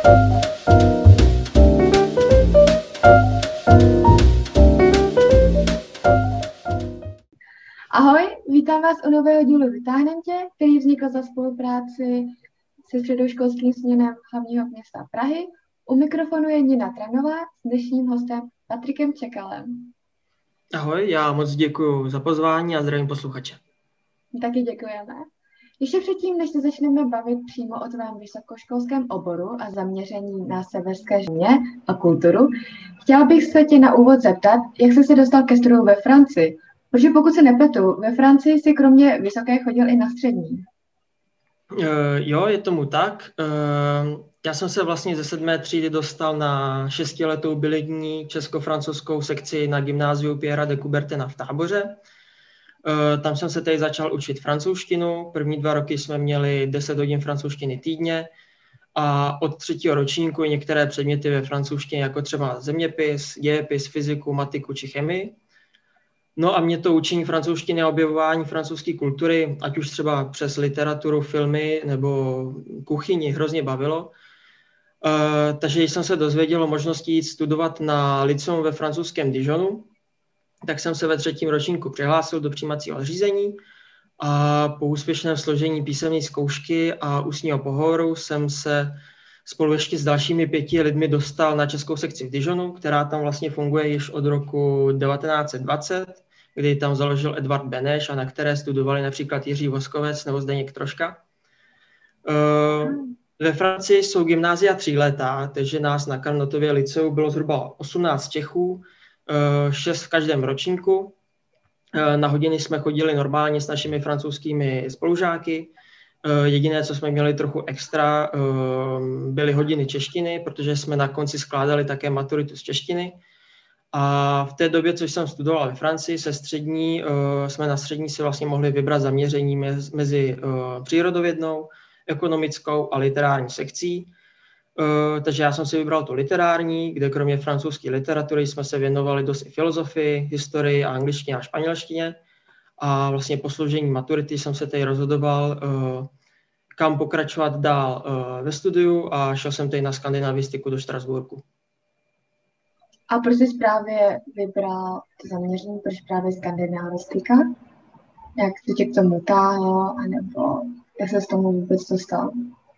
Ahoj, vítám vás u nového dílu Vytáhnem tě, který vznikl za spolupráci se Středoškolským sněmem hlavního města Prahy. U mikrofonu je Nina Tranová s dnešním hostem Patrikem Čekalem. Ahoj, já moc děkuji za pozvání a zdravím posluchače. Taky děkujeme. Ještě předtím, než se začneme bavit přímo o tvém vysokoškolském oboru a zaměření na severské země a kulturu, chtěla bych se tě na úvod zeptat, jak jsi se dostal ke studiu ve Francii. Protože pokud se nepletu, ve Francii si kromě vysoké chodil i na střední. Jo, je tomu tak. Já jsem se vlastně ze 7. třídy dostal na 6letou bilingvní česko-francouzskou sekci na gymnáziu Pierra de Coubertina v Táboře. Tam jsem se tady začal učit francouzštinu. První 2 roky jsme měli 10 hodin francouzštiny týdně a od 3. ročníku některé předměty ve francouzštině, jako třeba zeměpis, dějepis, fyziku, matiku či chemii. No a mě to učení francouzštiny a objevování francouzské kultury, ať už třeba přes literaturu, filmy nebo kuchyni, hrozně bavilo. Takže když jsem se dozvěděl o možnosti jít studovat na lyceum ve francouzském Dijonu, tak jsem se ve 3. ročníku přihlásil do přijímacího řízení a po úspěšném složení písemné zkoušky a ústního pohovoru jsem se spolu ještě s dalšími 5 lidmi dostal na českou sekci v Dijonu, která tam vlastně funguje již od roku 1920, kdy tam založil Edvard Beneš a na které studovali například Jiří Voskovec nebo Zdeněk Troška. Ve Francii jsou gymnázia 3letá, takže nás na Carnotově lyceu bylo zhruba 18 Čechů, 6 v každém ročníku. Na hodiny jsme chodili normálně s našimi francouzskými spolužáky. Jediné, co jsme měli trochu extra, byly hodiny češtiny, protože jsme na konci skládali také maturitu z češtiny. A v té době, co jsem studoval ve Francii, jsme na střední si vlastně mohli vybrat zaměření mezi přírodovědnou, ekonomickou a literární sekcí. Takže já jsem si vybral tu literární, kde kromě francouzské literatury jsme se věnovali dost i filozofii, historii a angličtině a španělštině. A vlastně po složení maturity jsem se tady rozhodoval, kam pokračovat dál ve studiu a šel jsem tady na skandinavistiku do Štrasburku. A proč jsi právě vybral to zaměření, proč právě skandinavistika? Jak se tě k tomu táhlo, anebo jak se s tomu vůbec dostal?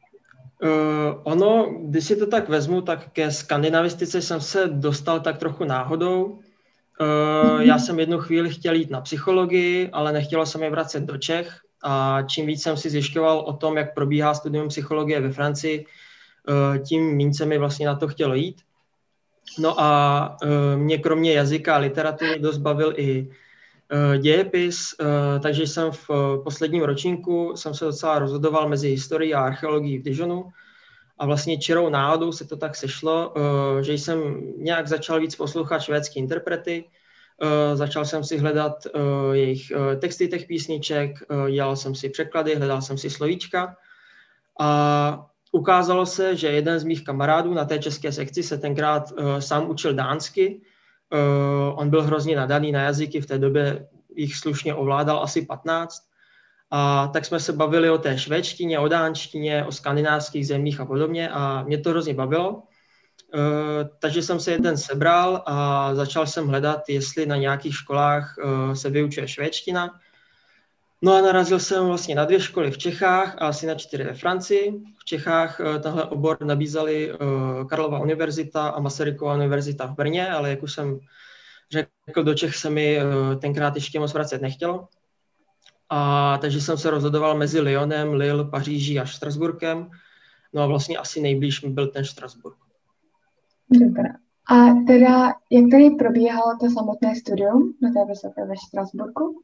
Když si to tak vezmu, tak ke skandinavistice jsem se dostal tak trochu náhodou. Já jsem jednu chvíli chtěl jít na psychologii, ale nechtělo se mi vracet do Čech a čím víc jsem si zjišťoval o tom, jak probíhá studium psychologie ve Francii, tím méně se mi vlastně na to chtělo jít. No a mě kromě jazyka a literatury dost bavil i dějepis, takže jsem v posledním ročníku jsem se docela rozhodoval mezi historií a archeologií v Dijonu a vlastně čirou náhodou se to tak sešlo, že jsem nějak začal víc poslouchat švédské interprety, začal jsem si hledat jejich texty těch písniček, dělal jsem si překlady, hledal jsem si slovíčka a ukázalo se, že jeden z mých kamarádů na té české sekci se tenkrát sám učil dánsky. On byl hrozně nadaný na jazyky, v té době jich slušně ovládal asi 15. A tak jsme se bavili o té švédštině, o dánštině, o skandinávských zemích a podobně a mě to hrozně bavilo. Takže jsem se jeden sebral a začal jsem hledat, jestli na nějakých školách se vyučuje švédština. No a narazil jsem vlastně na 2 školy v Čechách a asi na 4 ve Francii. V Čechách tenhle obor nabízely Karlova univerzita a Masarykova univerzita v Brně, ale jak už jsem řekl, do Čech se mi tenkrát ještě moc vracet nechtělo. Takže jsem se rozhodoval mezi Lyonem, Lille, Paříží a Štrasburkem. No a vlastně asi nejblíž mi byl ten Štrasburk. Dobrá. A teda, jak tady probíhalo to samotné studium na té vysoké ve Štrasburku?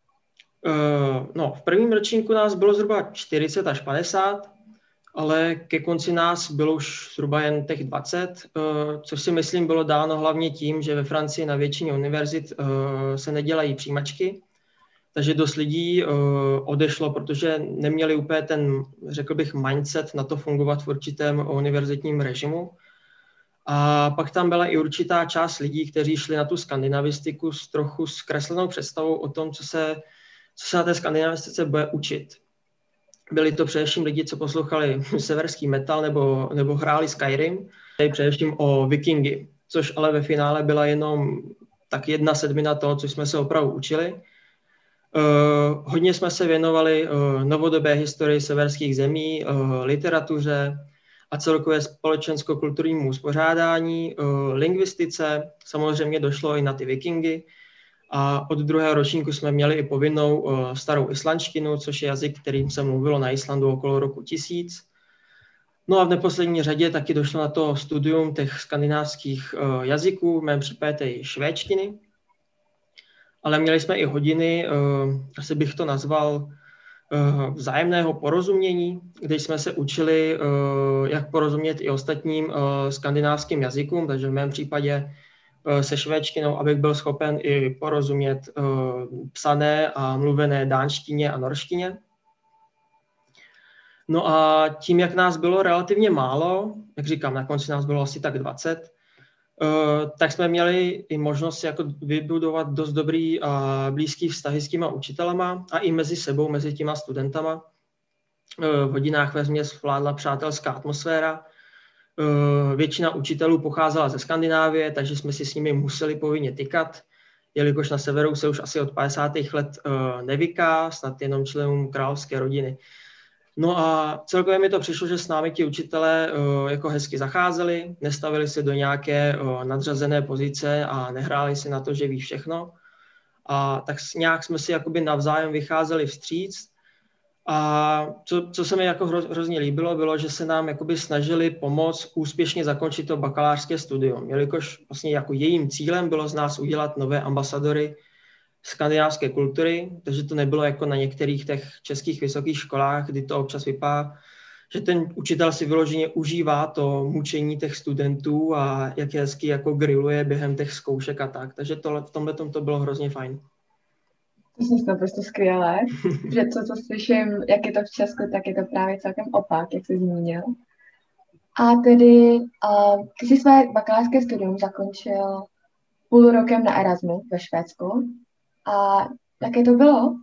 V prvním ročníku nás bylo zhruba 40 až 50, ale ke konci nás bylo už zhruba jen těch 20, což si myslím bylo dáno hlavně tím, že ve Francii na většině univerzit se nedělají přijímačky, takže dost lidí odešlo, protože neměli úplně ten, řekl bych, mindset na to fungovat v určitém univerzitním režimu. A pak tam byla i určitá část lidí, kteří šli na tu skandinavistiku s trochu zkreslenou představou o tom, co se na té skandinavistice bude učit. Byli to především lidi, co poslouchali severský metal nebo hráli Skyrim, tady především o vikingy, což ale ve finále byla jenom tak 1/7 toho, co jsme se opravdu učili. Hodně jsme se věnovali novodobé historii severských zemí, literatuře a celkově společensko-kulturnímu uspořádání, lingvistice, samozřejmě došlo i na ty vikingy. A od 2. ročníku jsme měli i povinnou starou islandštinu, což je jazyk, kterým se mluvilo na Islandu okolo roku 1000. No a v neposlední řadě taky došlo na to studium těch skandinávských jazyků, v mém případě té švédštiny. Ale měli jsme i hodiny, asi bych to nazval, vzájemného porozumění, kde jsme se učili, jak porozumět i ostatním skandinávským jazykům, takže v mém případě se švédštinou, abych byl schopen i porozumět psané a mluvené dánštině a norštině. No a tím, jak nás bylo relativně málo, jak říkám, na konci nás bylo asi tak 20, tak jsme měli i možnost jako vybudovat dost dobrý a blízký vztahy s těma učitelema a i mezi sebou, mezi těma studentama. V hodinách vesměs vládla přátelská atmosféra. Většina učitelů pocházela ze Skandinávie, takže jsme si s nimi museli povinně tykat, jelikož na severu se už asi od 50. let nevyká, snad jenom členům královské rodiny. No a celkově mi to přišlo, že s námi ti učitelé jako hezky zacházeli, nestavili se do nějaké nadřazené pozice a nehráli si na to, že ví všechno. A tak nějak jsme si jakoby navzájem vycházeli vstříc. A co se mi jako hrozně líbilo, bylo, že se nám jakoby snažili pomoct úspěšně zakončit to bakalářské studium, jelikož vlastně jako jejím cílem bylo z nás udělat nové ambasadory skandinávské kultury, takže to nebylo jako na některých těch českých vysokých školách, kdy to občas vypadá, že ten učitel si vyloženě užívá to mučení těch studentů a jak hezky jako grilluje během těch zkoušek a tak. Takže v tomhletom to bylo hrozně fajn. To je naprosto skvělé, že co slyším, jak je to v Česku, tak je to právě celkem opak, jak jsi zmínil. A tedy, ty jsi své bakalářské studium zakončil půl rokem na Erasmu ve Švédsku. A jaké to bylo?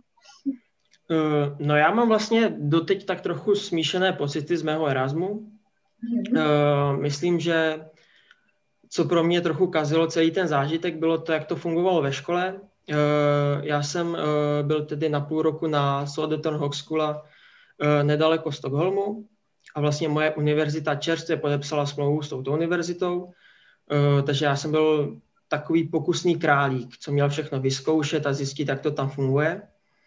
No já mám vlastně doteď tak trochu smíšené pocity z mého Erasmu. Myslím, že co pro mě trochu kazilo celý ten zážitek, bylo to, jak to fungovalo ve škole. Já jsem byl tedy na půl roku na Södertörn Högskola nedaleko Stockholmu a vlastně moje univerzita čerstvě podepsala smlouvu s touto univerzitou, takže já jsem byl takový pokusný králík, co měl všechno vyzkoušet a zjistit, jak to tam funguje.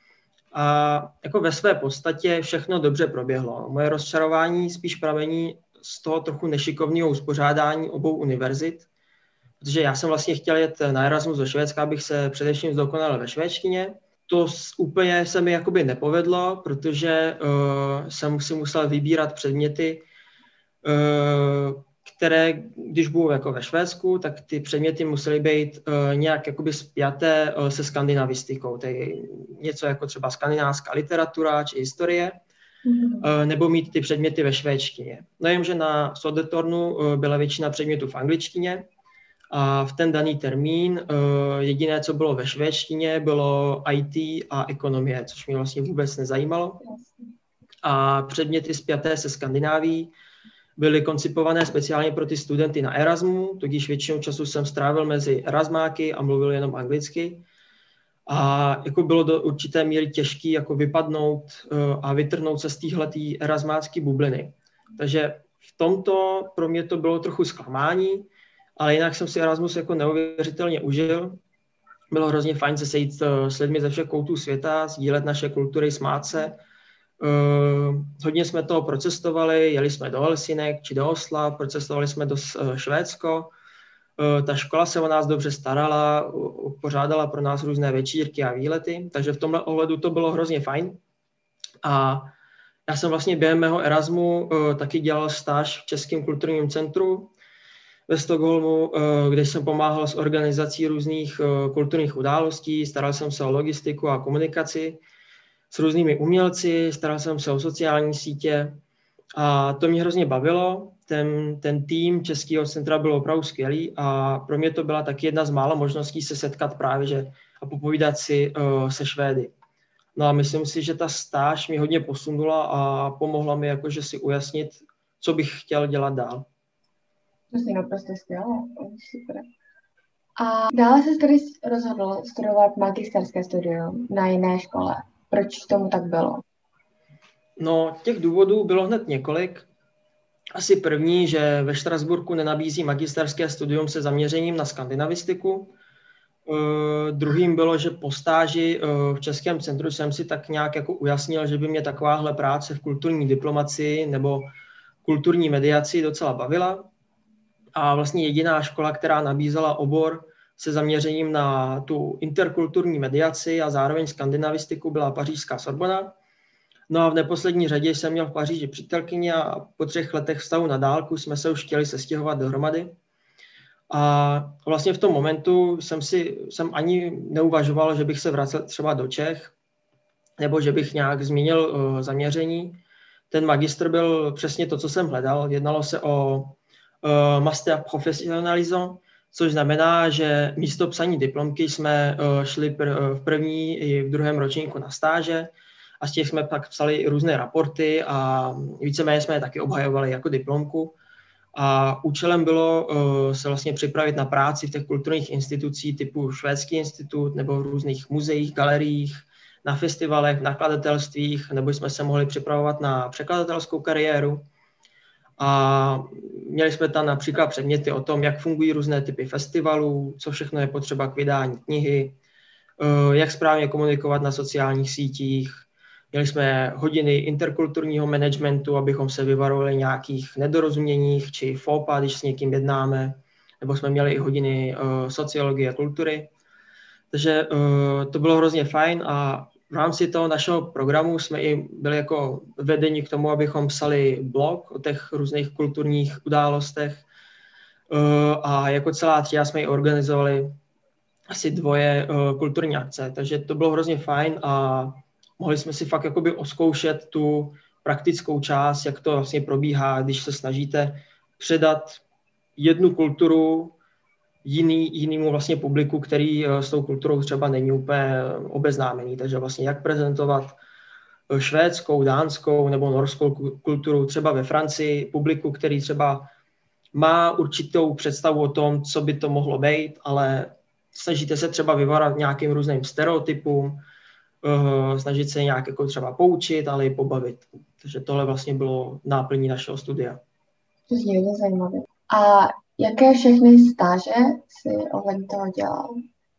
A jako ve své podstatě všechno dobře proběhlo. Moje rozčarování spíš pramení z toho trochu nešikovného uspořádání obou univerzit, protože já jsem vlastně chtěl jet na Erasmus do Švédska, abych se především zdokonalil ve švédštině. To úplně se mi jakoby nepovedlo, protože jsem si musel vybírat předměty, které, když budu jako ve Švédsku, tak ty předměty musely být nějak jakoby spjaté se skandinavistikou, tedy něco jako třeba skandinávská literatura či historie, nebo mít ty předměty ve švédštině. No jenže na Södertörnu byla většina předmětů v angličtině a v ten daný termín jediné, co bylo ve švédštině, bylo IT a ekonomie, což mě vlastně vůbec nezajímalo. A předměty spjaté se Skandinávií byly koncipované speciálně pro ty studenty na Erasmu, tudíž většinou času jsem strávil mezi Erasmáky a mluvil jenom anglicky. A jako bylo do určité míry těžké jako vypadnout a vytrhnout se z téhletý erasmácké bubliny. Takže v tomto pro mě to bylo trochu zklamání, ale jinak jsem si Erasmus jako neuvěřitelně užil. Bylo hrozně fajn se sejít s lidmi ze všech koutů světa, sdílet naše kultury, smát se. Hodně jsme toho procestovali, jeli jsme do Helsinek či do Osla, procestovali jsme do Švédsko. Ta škola se o nás dobře starala, pořádala pro nás různé večírky a výlety, takže v tomhle ohledu to bylo hrozně fajn. A já jsem vlastně během mého Erasmu taky dělal stáž v Českém kulturním centru ve Stockholmu, kde jsem pomáhal s organizací různých kulturních událostí, staral jsem se o logistiku a komunikaci s různými umělci, staral jsem se o sociální sítě a to mě hrozně bavilo. Ten tým Českého centra byl opravdu skvělý a pro mě to byla taky jedna z mála možností se setkat právě a popovídat si se Švédy. No a myslím si, že ta stáž mě hodně posunula a pomohla mi jakože si ujasnit, co bych chtěl dělat dál. To je naprosto skvělé, super. A dále se tedy rozhodl studovat magisterské studium na jiné škole. Proč tomu tak bylo? No, těch důvodů bylo hned několik. Asi první, že ve Štrasburku nenabízí magisterské studium se zaměřením na skandinavistiku. Druhým bylo, že po stáži v Českém centru jsem si tak nějak jako ujasnil, že by mě takováhle práce v kulturní diplomacii nebo kulturní mediaci docela bavila. A vlastně jediná škola, která nabízela obor se zaměřením na tu interkulturní mediaci a zároveň skandinavistiku, byla pařížská Sorbona. No a v neposlední řadě jsem měl v Paříži přítelkyni a po 3 letech vztahu na dálku jsme se už chtěli sestěhovat dohromady. A vlastně v tom momentu jsem ani neuvažoval, že bych se vracel třeba do Čech, nebo že bych nějak změnil zaměření. Ten magistr byl přesně to, co jsem hledal. Jednalo se o master professionnalisant, což znamená, že místo psaní diplomky jsme šli v první i v druhém ročníku na stáže a z těch jsme pak psali různé raporty a víceméně jsme je taky obhajovali jako diplomku. A účelem bylo se vlastně připravit na práci v těch kulturních institucích typu Švédský institut nebo v různých muzeích, galeriích, na festivalech, v nakladatelstvích, nebo jsme se mohli připravovat na překladatelskou kariéru. A měli jsme tam například předměty o tom, jak fungují různé typy festivalů, co všechno je potřeba k vydání knihy, jak správně komunikovat na sociálních sítích. Měli jsme hodiny interkulturního managementu, abychom se vyvarovali nějakých nedorozuměních či fópa, když s někým jednáme, nebo jsme měli i hodiny sociologie a kultury. Takže to bylo hrozně fajn a v rámci toho našeho programu jsme i byli jako vedeni k tomu, abychom psali blog o těch různých kulturních událostech a jako celá třída jsme i organizovali asi 2 kulturní akce, takže to bylo hrozně fajn a mohli jsme si fakt jakoby oskoušet tu praktickou část, jak to vlastně probíhá, když se snažíte předat jednu kulturu jinému vlastně publiku, který s tou kulturou třeba není úplně obeznámený. Takže vlastně jak prezentovat švédskou, dánskou nebo norskou kulturu třeba ve Francii, publiku, který třeba má určitou představu o tom, co by to mohlo být, ale snažíte se třeba vyvarat nějakým různým stereotypům, snažit se nějak jako třeba poučit, ale i pobavit. Takže tohle vlastně bylo náplní našeho studia. To je hodně zajímavé. A jaké všechny stáže si ohledně toho dělal?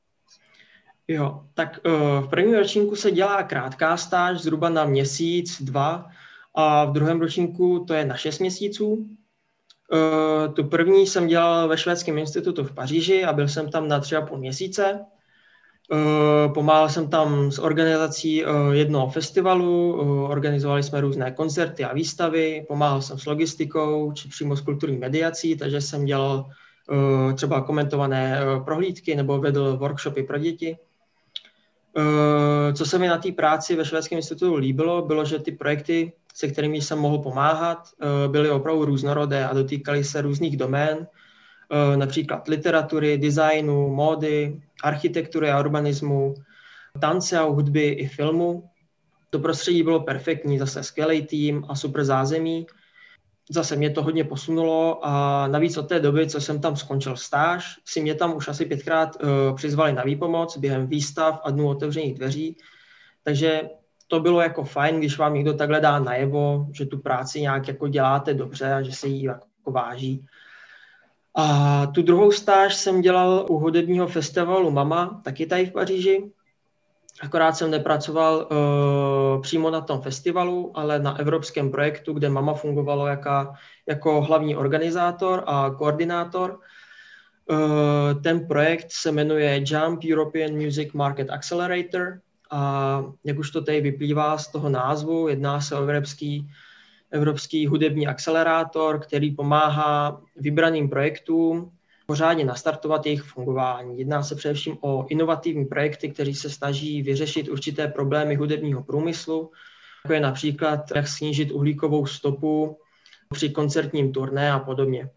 Jo, tak v prvním ročníku se dělá krátká stáž, zhruba na měsíc, 2, a v druhém ročníku to je na 6 měsíců. Tu první jsem dělal ve Švédském institutu v Paříži a byl jsem tam na 3,5 měsíce. Pomáhal jsem tam s organizací jednoho festivalu, organizovali jsme různé koncerty a výstavy, pomáhal jsem s logistikou či přímo s kulturní mediací, takže jsem dělal třeba komentované prohlídky nebo vedl workshopy pro děti. Co se mi na té práci ve Švédském institutu líbilo, bylo, že ty projekty, se kterými jsem mohl pomáhat, byly opravdu různorodé a dotýkaly se různých domén, například literatury, designu, módy, architektury a urbanismu, tance a hudby i filmu. To prostředí bylo perfektní, zase skvělý tým a super zázemí. Zase mě to hodně posunulo a navíc od té doby, co jsem tam skončil stáž, si mě tam už asi 5krát přizvali na výpomoc během výstav a dnů otevřených dveří. Takže to bylo jako fajn, když vám někdo takhle dá najevo, že tu práci nějak jako děláte dobře a že se jí jako váží. A tu druhou stáž jsem dělal u hudebního festivalu Mama, taky tady v Paříži. Akorát jsem nepracoval přímo na tom festivalu, ale na evropském projektu, kde Mama fungovalo jako hlavní organizátor a koordinátor. Ten projekt se jmenuje JUMP, European Music Market Accelerator. A jak už to tady vyplývá z toho názvu, jedná se o evropský hudební akcelerátor, který pomáhá vybraným projektům pořádně nastartovat jejich fungování. Jedná se především o inovativní projekty, které se snaží vyřešit určité problémy hudebního průmyslu, jako je například, jak snížit uhlíkovou stopu při koncertním turné a podobně.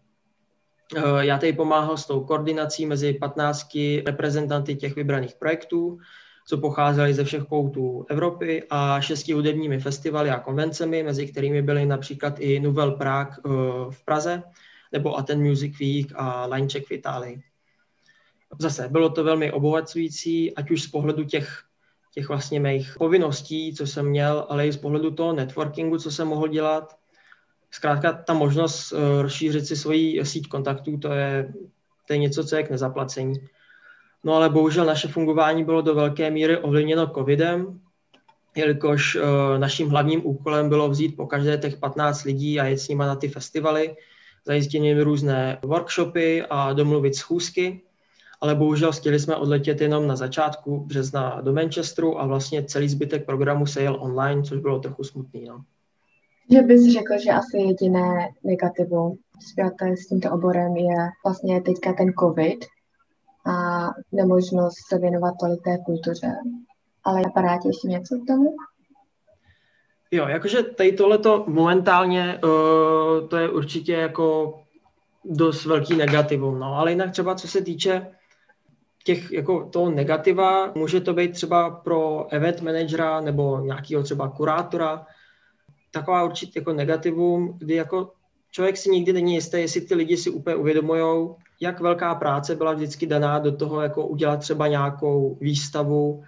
Já tady pomáhal s tou koordinací mezi 15 reprezentanty těch vybraných projektů. co pocházely ze všech koutů Evropy a 6 hudebními festivaly a konvencemi, mezi kterými byly například i Nouvelle Prague v Praze, nebo Athens Music Week a Line Check v Itálii. Zase bylo to velmi obohacující, ať už z pohledu těch vlastně mých povinností, co jsem měl, ale i z pohledu toho networkingu, co jsem mohl dělat. Zkrátka ta možnost rozšířit si svoji síť kontaktů, to je něco, co je k nezaplacení. No ale bohužel naše fungování bylo do velké míry ovlivněno covidem, jelikož naším hlavním úkolem bylo vzít po každé těch 15 lidí a jet s nimi na ty festivaly, zajistit jim různé workshopy a domluvit schůzky, ale bohužel chtěli jsme odletět jenom na začátku března do Manchesteru a vlastně celý zbytek programu se jel online, což bylo trochu smutný. No. Že bys řekl, že asi jediné negativum spjaté s tímto oborem je vlastně teďka ten covid a nemožnost se věnovat tolik té kultuře. Ale napadá ti ještě něco k tomu? Jo, jakože tady tohleto momentálně to je určitě jako dost velký negativum, no, ale jinak třeba co se týče jako toho negativa, může to být třeba pro event managera nebo nějakého třeba kurátora, taková určitě jako negativum, kdy jako člověk si nikdy není jistý, jestli ty lidi si úplně uvědomujou, jak velká práce byla vždycky daná do toho, jako udělat třeba nějakou výstavu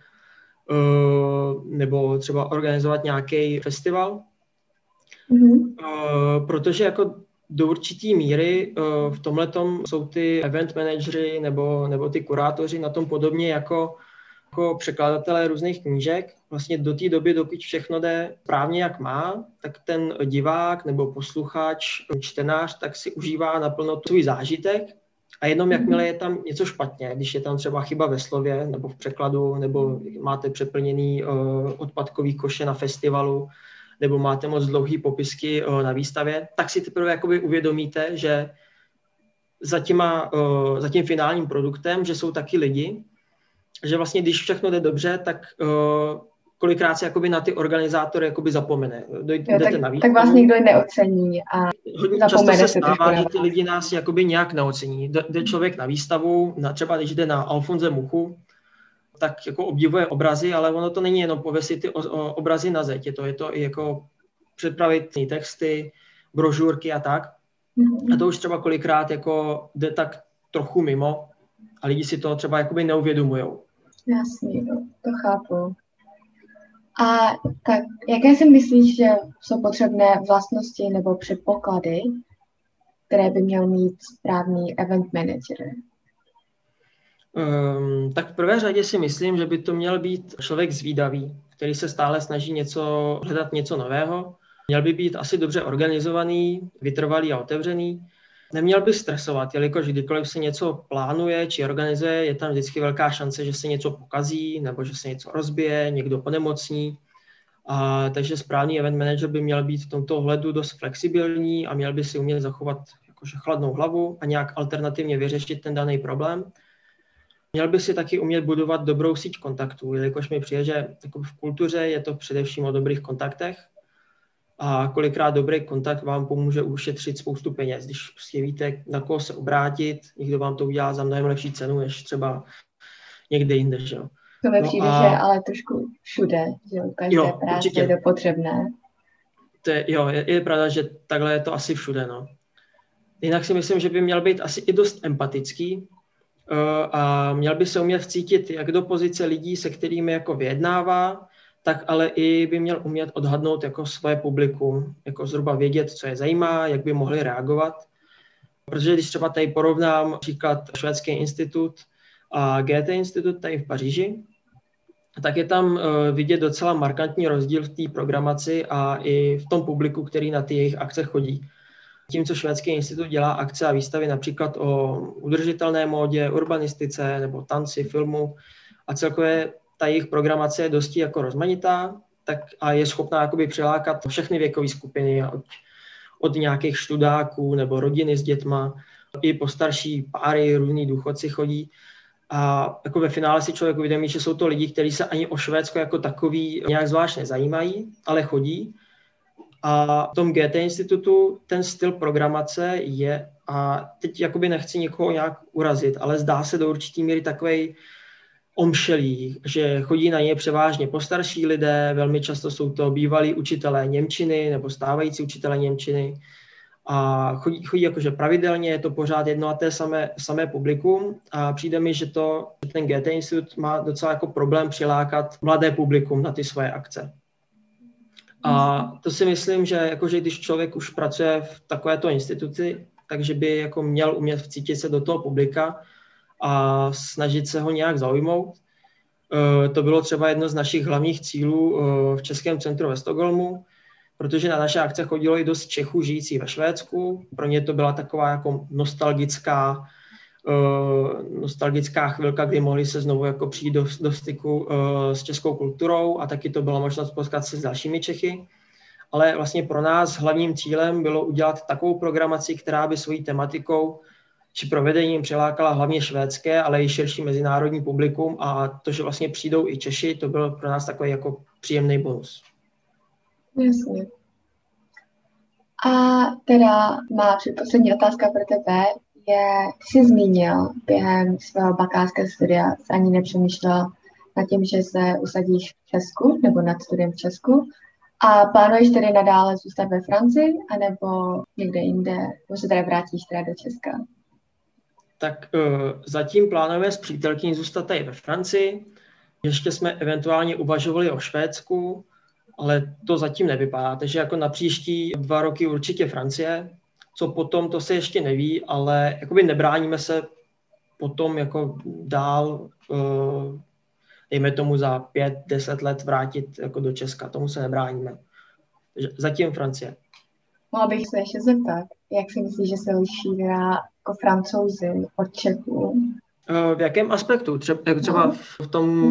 nebo třeba organizovat nějaký festival. Protože jako do určitý míry v tomhletom jsou ty event managery nebo ty kurátoři na tom podobně jako překladatelé různých knížek. Vlastně do té doby, dokud všechno jde správně, jak má, tak ten divák nebo posluchač, čtenář, tak si užívá naplno svůj zážitek a jenom jakmile je tam něco špatně, když je tam třeba chyba ve slově nebo v překladu, nebo máte přeplněný odpadkový koše na festivalu, nebo máte moc dlouhý popisky na výstavě, tak si teprve jakoby uvědomíte, že za tím finálním produktem, že jsou taky lidi, že vlastně když všechno jde dobře, tak kolikrát se jakoby na ty organizátory jakoby zapomene. Tak vás nikdo neocení a hodně často se stává, že ty lidi nás jakoby nějak neocení. Jde člověk na výstavu, třeba když jde na Alfonse Muchu, tak jako obdivuje obrazy, ale ono to není jenom pověsit ty obrazy na zeď, je to i jako připravit texty, brožurky a tak. A to už třeba kolikrát jako jde tak trochu mimo a lidi si to třeba jakoby neuvědomujou. Jasně, to chápu. A tak, jaké si myslíš, že jsou potřebné vlastnosti nebo předpoklady, které by měl mít správný event manager? Tak v prvé řadě si myslím, že by to měl být člověk zvídavý, který se stále snaží hledat něco nového. Měl by být asi dobře organizovaný, vytrvalý a otevřený. Neměl by stresovat, jelikož kdykoliv se něco plánuje či organizuje, je tam vždycky velká šance, že se něco pokazí nebo že se něco rozbije, někdo onemocní. Takže správný event manager by měl být v tomto ohledu dost flexibilní a měl by si umět zachovat jakože chladnou hlavu a nějak alternativně vyřešit ten daný problém. Měl by si taky umět budovat dobrou síť kontaktů, jelikož mi přijde, že v kultuře je to především o dobrých kontaktech a kolikrát dobrý kontakt vám pomůže ušetřit spoustu peněz, když prostě víte, na koho se obrátit, někdo vám to udělá za mnohem lepší cenu, než třeba někde jinde. Že jo. To mi přijde, že ale trošku všude, že u každé práce určitě. Je to potřebné. Je pravda, že takhle je to asi všude. No. Jinak si myslím, že by měl být asi i dost empatický, a měl by se umět vcítit jak do pozice lidí, se kterými jako vyjednává, tak ale i by měl umět odhadnout jako svoje publikum, jako zhruba vědět, co je zajímá, jak by mohli reagovat. Protože když třeba tady porovnám příklad Švédský institut a Goethe institut tady v Paříži, tak je tam vidět docela markantní rozdíl v té programaci a i v tom publiku, který na ty jejich akce chodí. Tím, co Švédský institut dělá akce a výstavy například o udržitelné módě, urbanistice nebo tanci, filmu a celkově ta jejich programace je dosti jako rozmanitá tak a je schopná jakoby přilákat všechny věkové skupiny od nějakých študáků nebo rodiny s dětma, i po starší páry, různý důchodci chodí. A jako ve finále si člověk uvědomí, že jsou to lidi, kteří se ani o Švédsko jako takový nějak zvlášť nezajímají, ale chodí. A v tom Goethe institutu ten styl programace je, a teď jakoby nechci někoho nějak urazit, ale zdá se do určitý míry takovej omšelí, že chodí na ně převážně postarší lidé, velmi často jsou to bývalí učitelé němčiny nebo stávající učitelé němčiny a chodí jakože pravidelně, je to pořád jedno a té samé publikum a přijde mi, že ten Goethe Institut má docela jako problém přilákat mladé publikum na ty svoje akce. A to si myslím, že jakože když člověk už pracuje v takovéto instituci, takže by jako měl umět vcítit se do toho publika a snažit se ho nějak zaujmout. To bylo třeba jedno z našich hlavních cílů v Českém centru ve Stockholmu, protože na naše akce chodilo i dost Čechů žijící ve Švédsku. Pro ně to byla taková jako nostalgická chvilka, kdy mohli se znovu jako přijít do styku s českou kulturou a taky to byla možnost potkat se s dalšími Čechy. Ale vlastně pro nás hlavním cílem bylo udělat takovou programaci, která by svojí tematikou či provedením přilákala hlavně švédské, ale i širší mezinárodní publikum a to, že vlastně přijdou i Češi, to byl pro nás takový jako příjemný bonus. Jasně. A teda má předposlední otázka pro tebe je, jsi zmínil během svého bakalářského studia, jsi ani nepřemýšlel nad tím, že se usadíš v Česku nebo nad studiem v Česku a plánuješ tedy nadále zůstat ve Francii anebo někde jinde, nebo se teda vrátíš teda do Česka? Tak zatím plánujeme s přítelkyní zůstat tady ve Francii. Ještě jsme eventuálně uvažovali o Švédsku, ale to zatím nevypadá. Takže jako na příští 2 roky určitě Francie. Co potom, to se ještě neví, ale jakoby nebráníme se potom jako dál, dejme tomu za 5-10 let vrátit jako do Česka. Tomu se nebráníme. Takže zatím Francie. Mohla bych se ještě zeptat, jak si myslíš, že se liší jako Francouzi od Čechů? V jakém aspektu? Třeba v tom...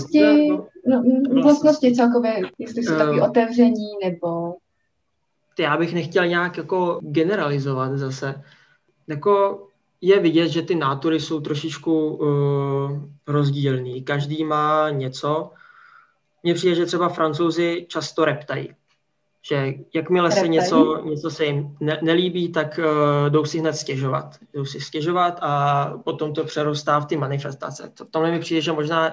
Vlastnosti celkově, jestli jsou takový otevření, nebo... Já bych nechtěl nějak jako generalizovat zase. Jako je vidět, že ty nátury jsou trošičku rozdílný. Každý má něco. Mně přijde, že třeba Francouzi často reptají. Že jakmile se něco se jim nelíbí, tak jdou si hned stěžovat a potom to přerostá v ty manifestace. V tomhle mi přijde, že možná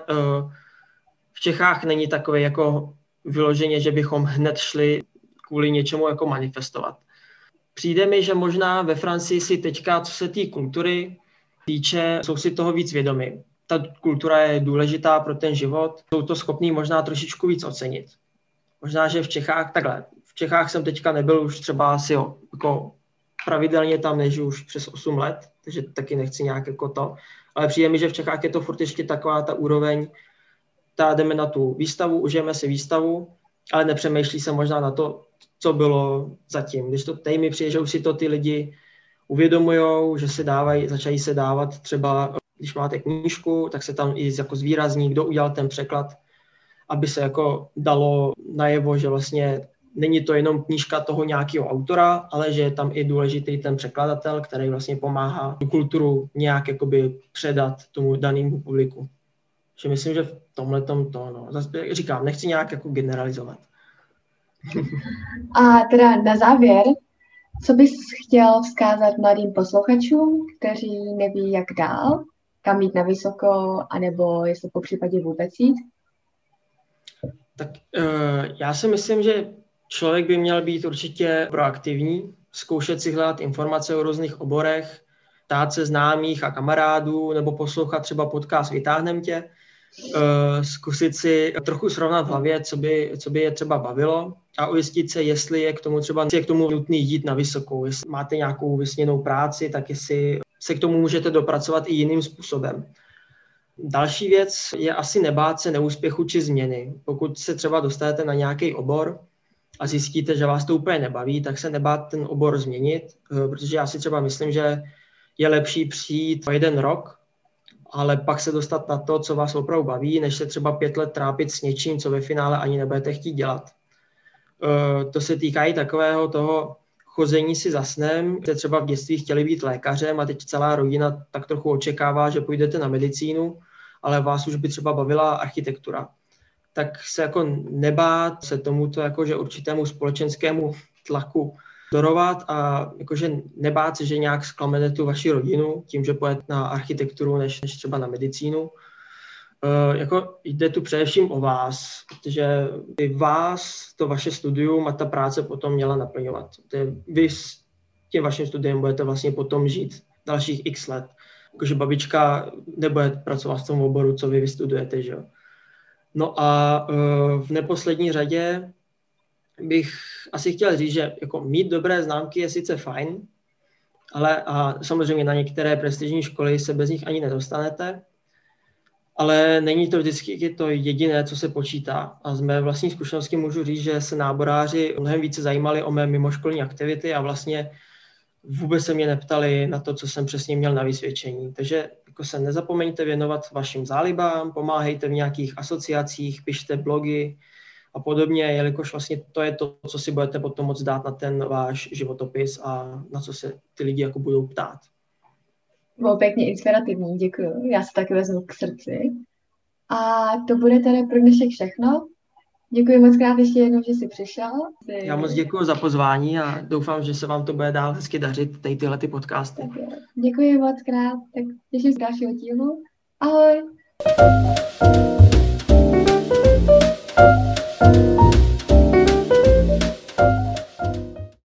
v Čechách není takové jako vyloženě, že bychom hned šli kvůli něčemu jako manifestovat. Přijde mi, že možná ve Francii si teďka, co se té kultury týče, jsou si toho víc vědomi. Ta kultura je důležitá pro ten život, jsou to schopní možná trošičku víc ocenit. Možná, že v Čechách takhle. V Čechách jsem teďka nebyl už třeba asi jako pravidelně tam nežiju už přes 8 let, takže taky nechci nějak jako to. Ale přijde mi, že v Čechách je to furt ještě taková ta úroveň, jdeme na tu výstavu, užijeme si výstavu, ale nepřemýšlí se možná na to, co bylo zatím. Když to tady mi přijde, že už si to ty lidi uvědomujou, že začají se dávat třeba, když máte knížku, tak se tam i jako zvýrazní, kdo udělal ten překlad, aby se jako dalo najevo, že vlastně není to jenom knížka toho nějakého autora, ale že je tam i důležitý ten překladatel, který vlastně pomáhá tu kulturu nějak jakoby předat tomu danému publiku. Že myslím, že v tomhletom zase říkám, nechci nějak jako generalizovat. A teda na závěr, co bys chtěl vzkázat mladým posluchačům, kteří neví, jak dál, kam jít na vysoko, anebo jestli po případě vůbec jít? Tak já si myslím, že člověk by měl být určitě proaktivní, zkoušet si hledat informace o různých oborech, ptát se známých a kamarádů, nebo poslouchat třeba podcast Vytáhnem tě, zkusit si trochu srovnat v hlavě, co by je třeba bavilo a ujistit se, jestli je k tomu nutný jít na vysokou. Jestli máte nějakou vysněnou práci, tak jestli se k tomu můžete dopracovat i jiným způsobem. Další věc je asi nebát se neúspěchu či změny. Pokud se třeba dostanete na nějaký obor a zjistíte, že vás to úplně nebaví, tak se nebát ten obor změnit, protože já si třeba myslím, že je lepší přijít o 1 rok, ale pak se dostat na to, co vás opravdu baví, než se třeba 5 let trápit s něčím, co ve finále ani nebudete chtít dělat. To se týká i takového toho chození si za snem, že třeba v dětství chtěli být lékařem a teď celá rodina tak trochu očekává, že půjdete na medicínu, ale vás už by třeba bavila architektura. Tak se jako nebát se tomuto jakože určitému společenskému tlaku dorovat a jakože nebát se, že nějak zklamete tu vaši rodinu tím, že půjdete na architekturu než třeba na medicínu. Jako jde tu především o vás, protože vás to vaše studium a ta práce potom měla naplňovat. Vy s tím vaším studiem budete vlastně potom žít dalších x let. Jakože babička nebude pracovat v tom oboru, co vy vystudujete, že jo. No a v neposlední řadě bych asi chtěl říct, že jako mít dobré známky je sice fajn, ale a samozřejmě na některé prestižní školy se bez nich ani nedostanete, ale není to vždycky to jediné, co se počítá. A z mé vlastní zkušenosti můžu říct, že se náboráři mnohem více zajímali o mé mimoškolní aktivity a vlastně vůbec se mě neptali na to, co jsem přesně měl na vysvědčení. Takže jako se nezapomeňte věnovat vašim zálibám, pomáhejte v nějakých asociacích, pište blogy a podobně, jelikož vlastně to je to, co si budete potom moct dát na ten váš životopis a na co se ty lidi jako budou ptát. Bylo pěkně inspirativní, děkuji. Já se taky vezmu k srdci. A to bude tedy pro dnešek všechno. Děkuji moc krát ještě jednou, že jsi přišel. Já moc děkuji za pozvání a doufám, že se vám to bude dál hezky dařit, tyhle ty podcasty. Děkuji moc krát, tak těším se dalšího dílu. Ahoj!